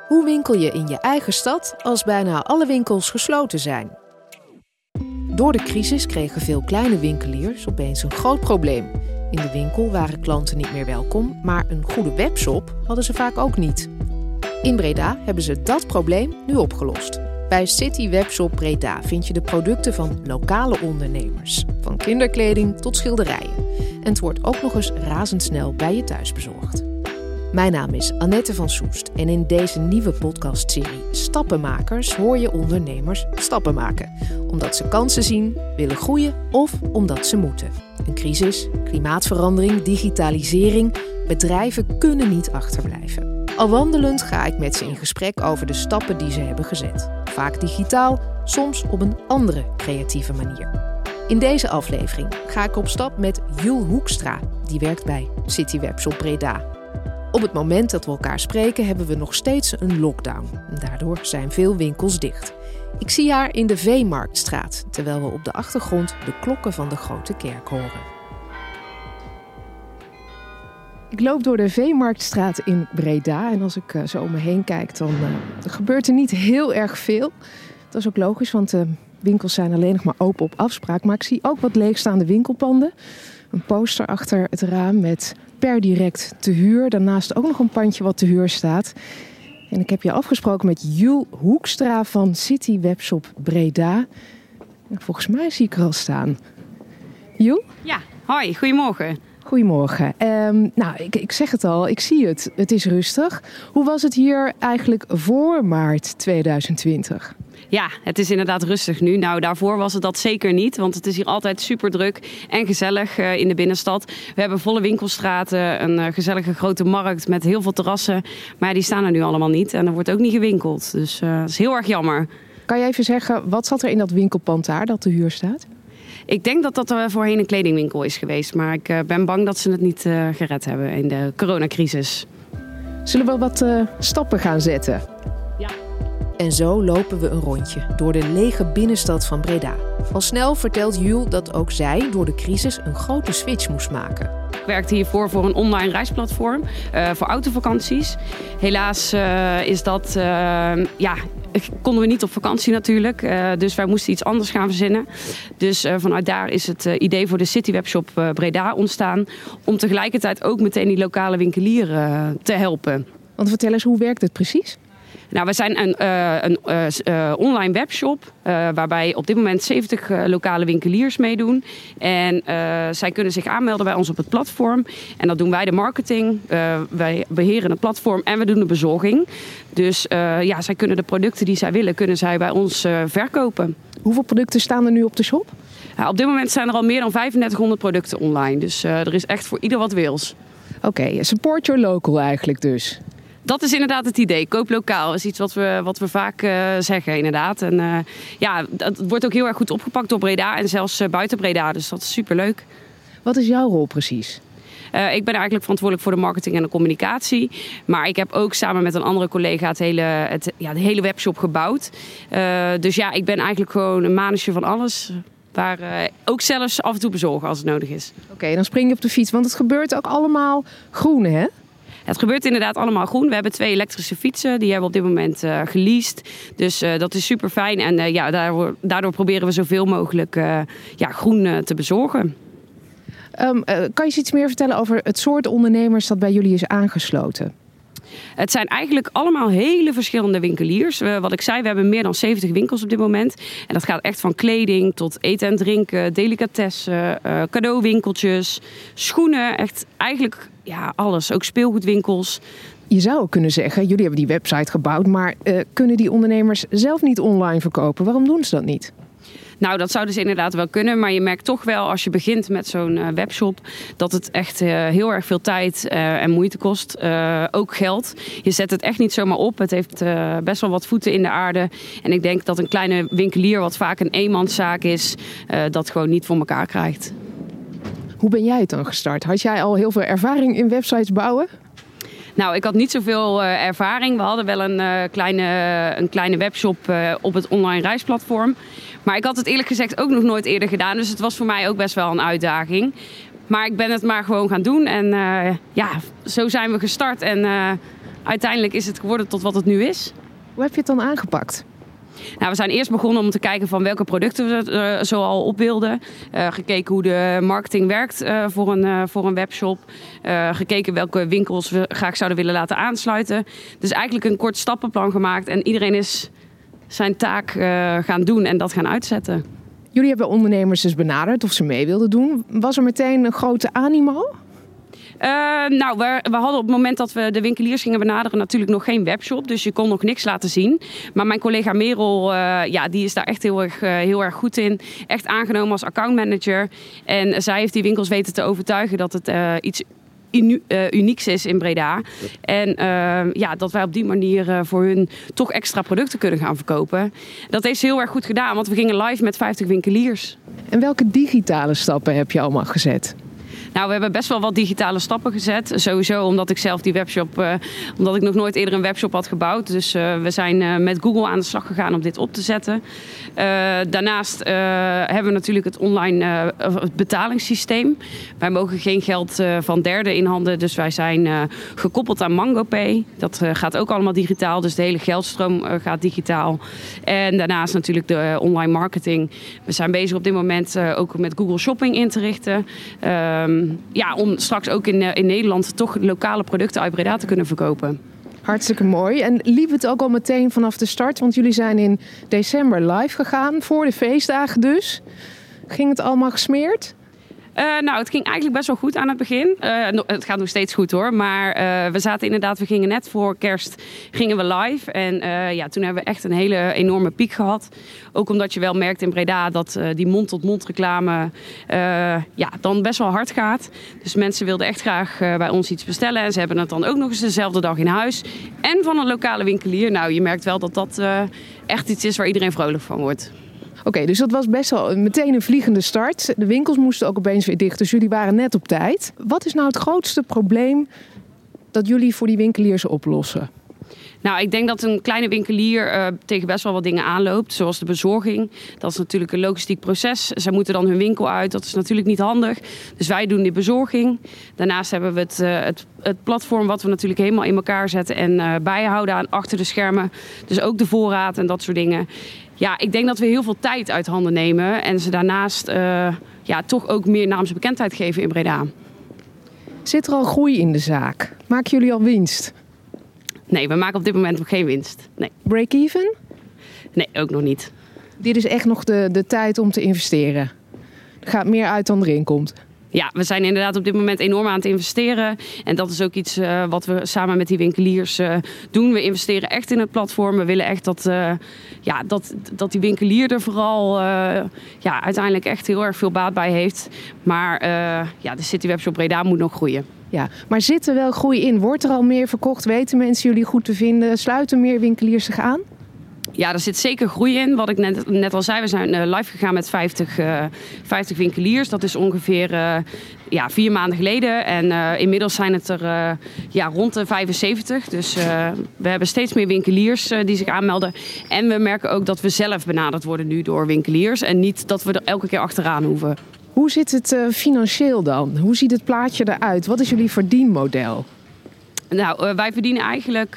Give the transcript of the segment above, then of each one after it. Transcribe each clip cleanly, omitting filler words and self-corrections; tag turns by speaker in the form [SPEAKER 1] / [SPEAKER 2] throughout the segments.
[SPEAKER 1] Hoe winkel je in je eigen stad als bijna alle winkels gesloten zijn? Door de crisis kregen veel kleine winkeliers opeens een groot probleem. In de winkel waren klanten niet meer welkom, maar een goede webshop hadden ze vaak ook niet. In Breda hebben ze dat probleem nu opgelost. Bij City Webshop Breda vind je de producten van lokale ondernemers. Van kinderkleding tot schilderijen. En het wordt ook nog eens razendsnel bij je thuis bezorgd. Mijn naam is Annette van Soest en in deze nieuwe podcastserie Stappenmakers hoor je ondernemers stappen maken. Omdat ze kansen zien, willen groeien of omdat ze moeten. Een crisis, klimaatverandering, digitalisering, bedrijven kunnen niet achterblijven. Al wandelend ga ik met ze in gesprek over de stappen die ze hebben gezet. Vaak digitaal, soms op een andere creatieve manier. In deze aflevering ga ik op stap met Jul Hoekstra, die werkt bij City Webshop Breda. Op het moment dat we elkaar spreken hebben we nog steeds een lockdown. Daardoor zijn veel winkels dicht. Ik zie haar in de Veemarktstraat, terwijl we op de achtergrond de klokken van de grote kerk horen. Ik loop door de Veemarktstraat in Breda en als ik zo om me heen kijk, dan gebeurt er niet heel erg veel. Dat is ook logisch, want de winkels zijn alleen nog maar open op afspraak. Maar ik zie ook wat leegstaande winkelpanden. Een poster achter het raam met per direct te huur. Daarnaast ook nog een pandje wat te huur staat. En ik heb je afgesproken met Jul Hoekstra van City Webshop Breda. Volgens mij zie ik er al staan. Jul?
[SPEAKER 2] Ja, hoi, goedemorgen.
[SPEAKER 1] Goedemorgen. Ik zeg het al, ik zie het. Het is rustig. Hoe was het hier eigenlijk voor maart 2020?
[SPEAKER 2] Ja, het is inderdaad rustig nu. Nou, daarvoor was het dat zeker niet, want het is hier altijd super druk en gezellig in de binnenstad. We hebben volle winkelstraten, een gezellige grote markt met heel veel terrassen. Maar die staan er nu allemaal niet en er wordt ook niet gewinkeld. Dus dat is heel erg jammer.
[SPEAKER 1] Kan jij even zeggen, wat zat er in dat winkelpand daar dat te huur staat?
[SPEAKER 2] Ik denk dat dat voorheen een kledingwinkel is geweest. Maar ik ben bang dat ze het niet gered hebben in de coronacrisis.
[SPEAKER 1] Zullen we wat stappen gaan zetten?
[SPEAKER 2] Ja.
[SPEAKER 1] En zo lopen we een rondje door de lege binnenstad van Breda. Al snel vertelt Jul dat ook zij door de crisis een grote switch moest maken.
[SPEAKER 2] Ik werkte hiervoor voor een online reisplatform voor autovakanties. Helaas is dat... konden we niet op vakantie natuurlijk. Dus wij moesten iets anders gaan verzinnen. Dus vanuit daar is het idee voor de City Webshop Breda ontstaan. Om tegelijkertijd ook meteen die lokale winkelier te helpen.
[SPEAKER 1] Want vertel eens, hoe werkt het precies?
[SPEAKER 2] Nou, we zijn een online webshop waarbij op dit moment 70 lokale winkeliers meedoen. En zij kunnen zich aanmelden bij ons op het platform. En dat doen wij de marketing. Wij beheren het platform en we doen de bezorging. Dus zij kunnen de producten die zij willen, kunnen zij bij ons verkopen.
[SPEAKER 1] Hoeveel producten staan er nu op de shop?
[SPEAKER 2] Op dit moment zijn er al meer dan 3500 producten online. Dus er is echt voor ieder wat wils.
[SPEAKER 1] Oké, support your local eigenlijk dus.
[SPEAKER 2] Dat is inderdaad het idee. Koop lokaal is iets wat we vaak zeggen inderdaad. En dat wordt ook heel erg goed opgepakt door Breda en zelfs buiten Breda. Dus dat is superleuk.
[SPEAKER 1] Wat is jouw rol precies?
[SPEAKER 2] Ik ben eigenlijk verantwoordelijk voor de marketing en de communicatie. Maar ik heb ook samen met een andere collega de hele webshop gebouwd. Dus ja, ik ben eigenlijk gewoon een manusje van alles. Waar ook zelfs af en toe bezorgen als het nodig is.
[SPEAKER 1] Oké, dan spring je op de fiets. Want het gebeurt ook allemaal groen, hè?
[SPEAKER 2] Het gebeurt inderdaad allemaal groen. We hebben 2 elektrische fietsen. Die hebben we op dit moment geleased. Dus dat is super fijn. En daardoor proberen we zoveel mogelijk groen te bezorgen.
[SPEAKER 1] Kan je eens iets meer vertellen over het soort ondernemers dat bij jullie is aangesloten?
[SPEAKER 2] Het zijn eigenlijk allemaal hele verschillende winkeliers. Wat ik zei, we hebben meer dan 70 winkels op dit moment. En dat gaat echt van kleding tot eten en drinken, delicatessen, cadeauwinkeltjes, schoenen. Echt eigenlijk alles. Ook speelgoedwinkels.
[SPEAKER 1] Je zou ook kunnen zeggen, jullie hebben die website gebouwd, maar kunnen die ondernemers zelf niet online verkopen? Waarom doen ze dat niet?
[SPEAKER 2] Nou, dat zou dus inderdaad wel kunnen. Maar je merkt toch wel als je begint met zo'n webshop dat het echt heel erg veel tijd en moeite kost. Ook geld. Je zet het echt niet zomaar op. Het heeft best wel wat voeten in de aarde. En ik denk dat een kleine winkelier, wat vaak een eenmanszaak is, dat gewoon niet voor elkaar krijgt.
[SPEAKER 1] Hoe ben jij het dan gestart? Had jij al heel veel ervaring in websites bouwen?
[SPEAKER 2] Nou, ik had niet zoveel ervaring. We hadden wel een kleine webshop op het online reisplatform. Maar ik had het eerlijk gezegd ook nog nooit eerder gedaan. Dus het was voor mij ook best wel een uitdaging. Maar ik ben het maar gewoon gaan doen. En zo zijn we gestart. En uiteindelijk is het geworden tot wat het nu is.
[SPEAKER 1] Hoe heb je het dan aangepakt?
[SPEAKER 2] Nou, we zijn eerst begonnen om te kijken van welke producten we zo al op wilden. Gekeken hoe de marketing werkt voor een webshop. Gekeken welke winkels we graag zouden willen laten aansluiten. Dus eigenlijk een kort stappenplan gemaakt. En iedereen is zijn taak gaan doen en dat gaan uitzetten.
[SPEAKER 1] Jullie hebben ondernemers dus benaderd of ze mee wilden doen. Was er meteen een grote animo?
[SPEAKER 2] We hadden op het moment dat we de winkeliers gingen benaderen natuurlijk nog geen webshop. Dus je kon nog niks laten zien. Maar mijn collega Merel, die is daar echt heel erg goed in. Echt aangenomen als accountmanager. En zij heeft die winkels weten te overtuigen dat het iets unieks is in Breda. En dat wij op die manier voor hun toch extra producten kunnen gaan verkopen. Dat heeft ze heel erg goed gedaan, want we gingen live met 50 winkeliers.
[SPEAKER 1] En welke digitale stappen heb je allemaal gezet?
[SPEAKER 2] Nou, we hebben best wel wat digitale stappen gezet. Sowieso omdat ik zelf die webshop, omdat ik nog nooit eerder een webshop had gebouwd. Dus we zijn met Google aan de slag gegaan om dit op te zetten. Daarnaast hebben we natuurlijk het online betalingssysteem. Wij mogen geen geld van derden in handen. Dus wij zijn gekoppeld aan MangoPay. Dat gaat ook allemaal digitaal. Dus de hele geldstroom gaat digitaal. En daarnaast natuurlijk de online marketing. We zijn bezig op dit moment ook met Google Shopping in te richten. Om straks ook in Nederland toch lokale producten uit Breda te kunnen verkopen.
[SPEAKER 1] Hartstikke mooi. En liep het ook al meteen vanaf de start? Want jullie zijn in december live gegaan, voor de feestdagen dus. Ging het allemaal gesmeerd?
[SPEAKER 2] Het ging eigenlijk best wel goed aan het begin. Het gaat nog steeds goed hoor. Maar we gingen net voor kerst gingen we live. En toen hebben we echt een hele enorme piek gehad. Ook omdat je wel merkt in Breda dat die mond-tot-mond reclame dan best wel hard gaat. Dus mensen wilden echt graag bij ons iets bestellen. En ze hebben het dan ook nog eens dezelfde dag in huis. En van een lokale winkelier. Nou, je merkt wel dat dat echt iets is waar iedereen vrolijk van wordt.
[SPEAKER 1] Oké, dus dat was best wel meteen een vliegende start. De winkels moesten ook opeens weer dicht, dus jullie waren net op tijd. Wat is nou het grootste probleem dat jullie voor die winkeliers oplossen?
[SPEAKER 2] Nou, ik denk dat een kleine winkelier tegen best wel wat dingen aanloopt. Zoals de bezorging. Dat is natuurlijk een logistiek proces. Zij moeten dan hun winkel uit. Dat is natuurlijk niet handig. Dus wij doen die bezorging. Daarnaast hebben we het platform wat we natuurlijk helemaal in elkaar zetten. En bijhouden achter de schermen. Dus ook de voorraad en dat soort dingen. Ja, ik denk dat we heel veel tijd uit handen nemen. En ze daarnaast toch ook meer naamsbekendheid geven in Breda.
[SPEAKER 1] Zit er al groei in de zaak? Maken jullie al winst?
[SPEAKER 2] Nee, we maken op dit moment nog geen winst. Nee.
[SPEAKER 1] Break-even?
[SPEAKER 2] Nee, ook nog niet.
[SPEAKER 1] Dit is echt nog de tijd om te investeren. Er gaat meer uit dan erin komt.
[SPEAKER 2] Ja, we zijn inderdaad op dit moment enorm aan het investeren. En dat is ook iets wat we samen met die winkeliers doen. We investeren echt in het platform. We willen echt dat die winkelier er vooral uiteindelijk echt heel erg veel baat bij heeft. Maar de City Webshop Breda moet nog groeien.
[SPEAKER 1] Ja, maar zit er wel groei in? Wordt er al meer verkocht? Weten mensen jullie goed te vinden? Sluiten meer winkeliers zich aan?
[SPEAKER 2] Ja, er zit zeker groei in. Wat ik net al zei, we zijn live gegaan met 50 winkeliers. Dat is ongeveer 4 maanden geleden. En inmiddels zijn het er rond de 75. Dus we hebben steeds meer winkeliers die zich aanmelden. En we merken ook dat we zelf benaderd worden nu door winkeliers. En niet dat we er elke keer achteraan hoeven.
[SPEAKER 1] Hoe zit het financieel dan? Hoe ziet het plaatje eruit? Wat is jullie verdienmodel?
[SPEAKER 2] Nou, wij verdienen eigenlijk,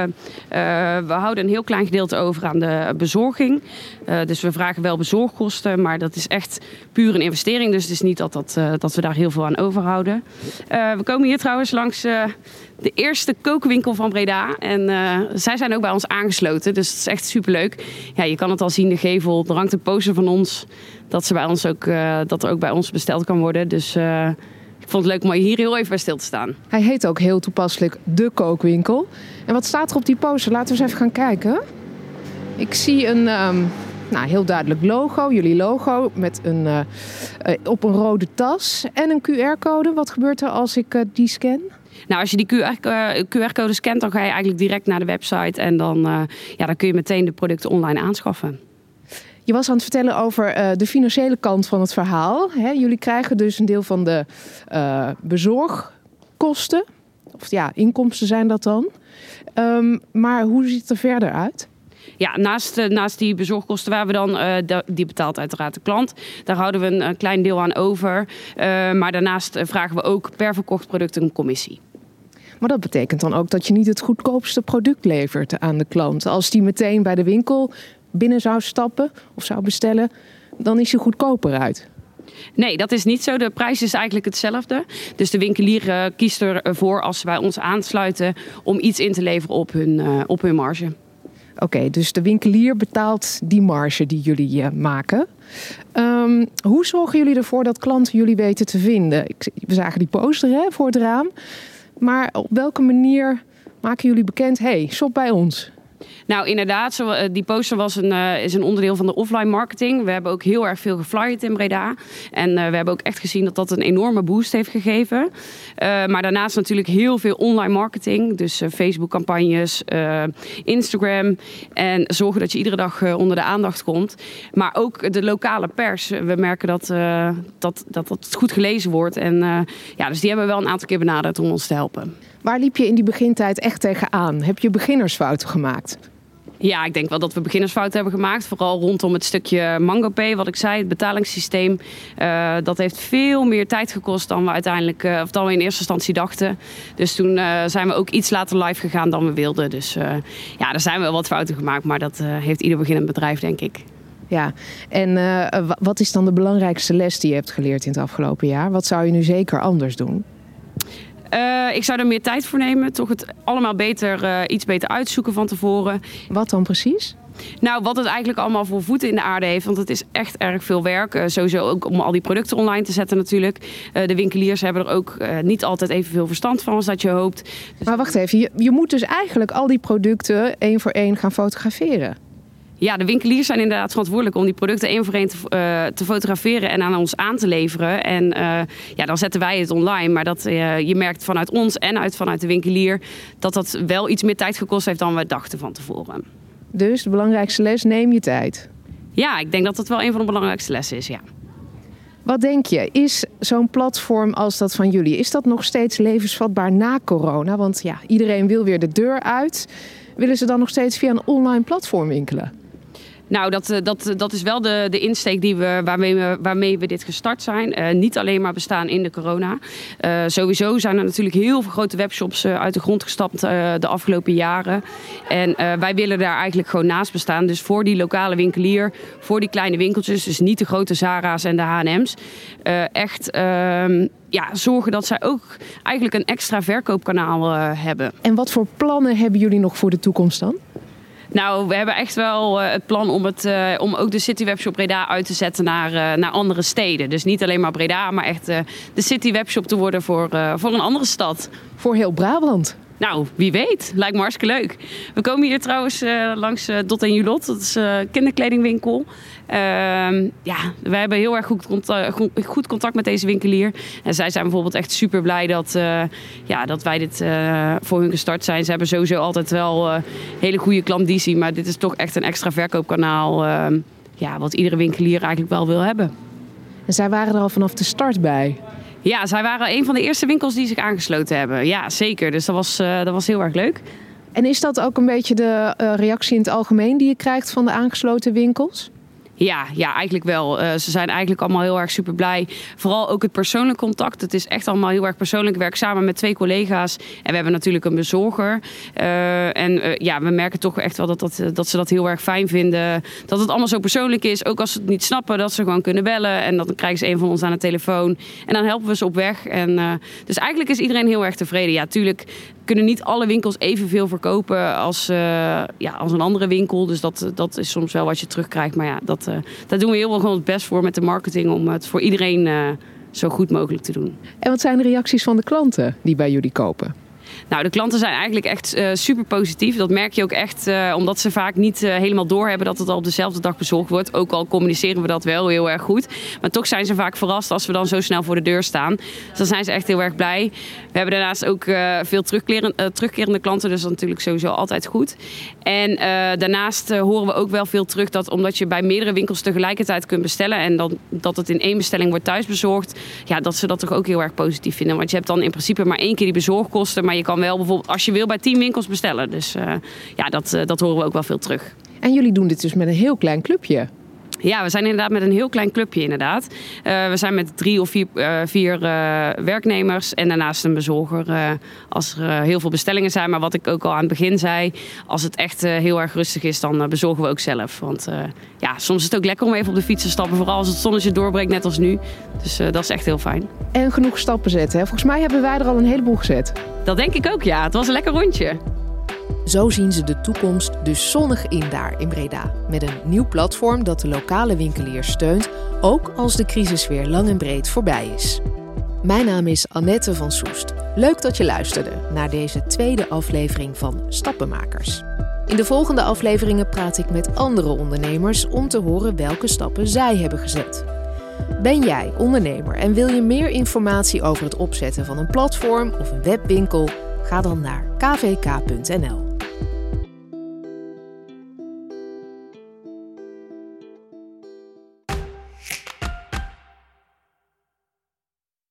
[SPEAKER 2] we houden een heel klein gedeelte over aan de bezorging. Dus we vragen wel bezorgkosten, maar dat is echt puur een investering. Dus het is niet dat we daar heel veel aan overhouden. We komen hier trouwens langs de eerste kookwinkel van Breda. En zij zijn ook bij ons aangesloten, dus het is echt superleuk. Ja, je kan het al zien, de gevel, er hangt een poster van ons. Dat er ook bij ons besteld kan worden. Dus ik vond het leuk om hier heel even bij stil te staan.
[SPEAKER 1] Hij heet ook heel toepasselijk De Kookwinkel. En wat staat er op die poster? Laten we eens even gaan kijken. Ik zie een heel duidelijk logo, jullie logo, met op een rode tas en een QR-code. Wat gebeurt er als ik die scan?
[SPEAKER 2] Nou, als je die QR-code scant, dan ga je eigenlijk direct naar de website. En dan kun je meteen de producten online aanschaffen.
[SPEAKER 1] Je was aan het vertellen over de financiële kant van het verhaal. Jullie krijgen dus een deel van de bezorgkosten. Of inkomsten zijn dat dan. Maar hoe ziet het er verder uit? Ja,
[SPEAKER 2] naast die bezorgkosten waar we dan, die betaalt uiteraard de klant. Daar houden we een klein deel aan over. Maar daarnaast vragen we ook per verkocht product een commissie.
[SPEAKER 1] Maar dat betekent dan ook dat je niet het goedkoopste product levert aan de klant. Als die meteen bij de winkel binnen zou stappen of zou bestellen, dan is hij goedkoper uit.
[SPEAKER 2] Nee, dat is niet zo. De prijs is eigenlijk hetzelfde. Dus de winkelier kiest ervoor als ze bij ons aansluiten om iets in te leveren op hun marge.
[SPEAKER 1] Oké, dus de winkelier betaalt die marge die jullie maken. Hoe zorgen jullie ervoor dat klanten jullie weten te vinden? We zagen die poster voor het raam. Maar op welke manier maken jullie bekend, hey, shop bij ons?
[SPEAKER 2] Nou, inderdaad, die poster is een onderdeel van de offline marketing. We hebben ook heel erg veel geflyerd in Breda. En we hebben ook echt gezien dat dat een enorme boost heeft gegeven. Maar daarnaast natuurlijk heel veel online marketing. Dus Facebook-campagnes, Instagram. En zorgen dat je iedere dag onder de aandacht komt. Maar ook de lokale pers. We merken dat goed gelezen wordt. En dus die hebben we wel een aantal keer benaderd om ons te helpen.
[SPEAKER 1] Waar liep je in die begintijd echt tegenaan? Heb je beginnersfouten gemaakt?
[SPEAKER 2] Ja, ik denk wel dat we beginnersfouten hebben gemaakt. Vooral rondom het stukje MangoPay, wat ik zei, het betalingssysteem. Dat heeft veel meer tijd gekost dan we uiteindelijk, dan we in eerste instantie dachten. Dus toen zijn we ook iets later live gegaan dan we wilden. Dus daar zijn wel wat fouten gemaakt, maar dat heeft ieder beginnend bedrijf, denk ik.
[SPEAKER 1] Ja, en wat is dan de belangrijkste les die je hebt geleerd in het afgelopen jaar? Wat zou je nu zeker anders doen?
[SPEAKER 2] Ik zou er meer tijd voor nemen. Toch het allemaal iets beter uitzoeken van tevoren.
[SPEAKER 1] Wat dan precies?
[SPEAKER 2] Nou, wat het eigenlijk allemaal voor voeten in de aarde heeft. Want het is echt erg veel werk. Sowieso ook om al die producten online te zetten natuurlijk. De winkeliers hebben er ook niet altijd evenveel verstand van als dat je hoopt. Dus...
[SPEAKER 1] Maar wacht even, je moet dus eigenlijk al die producten 1 voor 1 gaan fotograferen.
[SPEAKER 2] Ja, de winkeliers zijn inderdaad verantwoordelijk om die producten 1 voor 1 te fotograferen en aan ons aan te leveren. En dan zetten wij het online. Maar je merkt vanuit ons en vanuit de winkelier dat wel iets meer tijd gekost heeft dan we dachten van tevoren.
[SPEAKER 1] Dus de belangrijkste les, neem je tijd.
[SPEAKER 2] Ja, ik denk dat dat wel een van de belangrijkste lessen is, ja.
[SPEAKER 1] Wat denk je, is zo'n platform als dat van jullie, is dat nog steeds levensvatbaar na corona? Want ja, iedereen wil weer de deur uit. Willen ze dan nog steeds via een online platform winkelen?
[SPEAKER 2] Nou, dat is wel de insteek waarmee we dit gestart zijn. Niet alleen maar bestaan in de corona. Sowieso zijn er natuurlijk heel veel grote webshops uit de grond gestapt de afgelopen jaren. En wij willen daar eigenlijk gewoon naast bestaan. Dus voor die lokale winkelier, voor die kleine winkeltjes, dus niet de grote Zara's en de H&M's. Zorgen dat zij ook eigenlijk een extra verkoopkanaal hebben.
[SPEAKER 1] En wat voor plannen hebben jullie nog voor de toekomst dan?
[SPEAKER 2] Nou, we hebben echt wel het plan om ook de City Webshop Breda uit te zetten naar andere steden. Dus niet alleen maar Breda, maar echt de City Webshop te worden voor een andere stad.
[SPEAKER 1] Voor heel Brabant?
[SPEAKER 2] Nou, wie weet. Lijkt me hartstikke leuk. We komen hier trouwens langs Dot & Julot. Dat is een kinderkledingwinkel. We hebben heel erg goed contact met deze winkelier. En zij zijn bijvoorbeeld echt super blij dat wij dit voor hun gestart zijn. Ze hebben sowieso altijd wel hele goede klandizie. Maar dit is toch echt een extra verkoopkanaal wat iedere winkelier eigenlijk wel wil hebben.
[SPEAKER 1] En zij waren er al vanaf de start bij?
[SPEAKER 2] Ja, zij waren een van de eerste winkels die zich aangesloten hebben. Ja, zeker. Dus dat was heel erg leuk.
[SPEAKER 1] En is dat ook een beetje de reactie in het algemeen die je krijgt van de aangesloten winkels?
[SPEAKER 2] Ja, eigenlijk wel. Ze zijn eigenlijk allemaal heel erg super blij. Vooral ook het persoonlijk contact. Het is echt allemaal heel erg persoonlijk. Ik werk samen met 2 collega's. En we hebben natuurlijk een bezorger. We merken toch echt wel dat ze dat heel erg fijn vinden. Dat het allemaal zo persoonlijk is. Ook als ze het niet snappen, dat ze gewoon kunnen bellen. En dan krijgen ze een van ons aan de telefoon. En dan helpen we ze op weg. Dus eigenlijk is iedereen heel erg tevreden. Ja, tuurlijk kunnen niet alle winkels evenveel verkopen als een andere winkel. Dus dat is soms wel wat je terugkrijgt. Maar ja, daar doen we heel wel gewoon het best voor met de marketing om het voor iedereen zo goed mogelijk te doen.
[SPEAKER 1] En wat zijn de reacties van de klanten die bij jullie kopen?
[SPEAKER 2] Nou, de klanten zijn eigenlijk echt super positief. Dat merk je ook echt omdat ze vaak niet helemaal doorhebben dat het al op dezelfde dag bezorgd wordt. Ook al communiceren we dat wel heel erg goed. Maar toch zijn ze vaak verrast als we dan zo snel voor de deur staan. Dus dan zijn ze echt heel erg blij. We hebben daarnaast ook veel terugkerende klanten. Dus dat is natuurlijk sowieso altijd goed. En daarnaast horen we ook wel veel terug dat omdat je bij meerdere winkels tegelijkertijd kunt bestellen. En dat het in 1 bestelling wordt thuisbezorgd. Ja, dat ze dat toch ook heel erg positief vinden. Want je hebt dan in principe maar 1 keer die bezorgkosten. Maar je kan wel bijvoorbeeld als je wil bij 10 winkels bestellen. Dus dat horen we ook wel veel terug.
[SPEAKER 1] En jullie doen dit dus met een heel klein clubje?
[SPEAKER 2] Ja, we zijn inderdaad met een heel klein clubje inderdaad. We zijn met 3 of 4 werknemers en daarnaast een bezorger als er heel veel bestellingen zijn. Maar wat ik ook al aan het begin zei, als het echt heel erg rustig is, dan bezorgen we ook zelf. Want soms is het ook lekker om even op de fiets te stappen, vooral als het zonnetje doorbreekt net als nu. Dus dat is echt heel fijn.
[SPEAKER 1] En genoeg stappen zetten, hè? Volgens mij hebben wij er al een heleboel gezet.
[SPEAKER 2] Dat denk ik ook, ja. Het was een lekker rondje.
[SPEAKER 1] Zo zien ze de toekomst dus zonnig in daar in Breda. Met een nieuw platform dat de lokale winkeliers steunt, ook als de crisis weer lang en breed voorbij is. Mijn naam is Annette van Soest. Leuk dat je luisterde naar deze tweede aflevering van Stappenmakers. In de volgende afleveringen praat ik met andere ondernemers om te horen welke stappen zij hebben gezet. Ben jij ondernemer en wil je meer informatie over het opzetten van een platform of een webwinkel? Ga dan naar kvk.nl.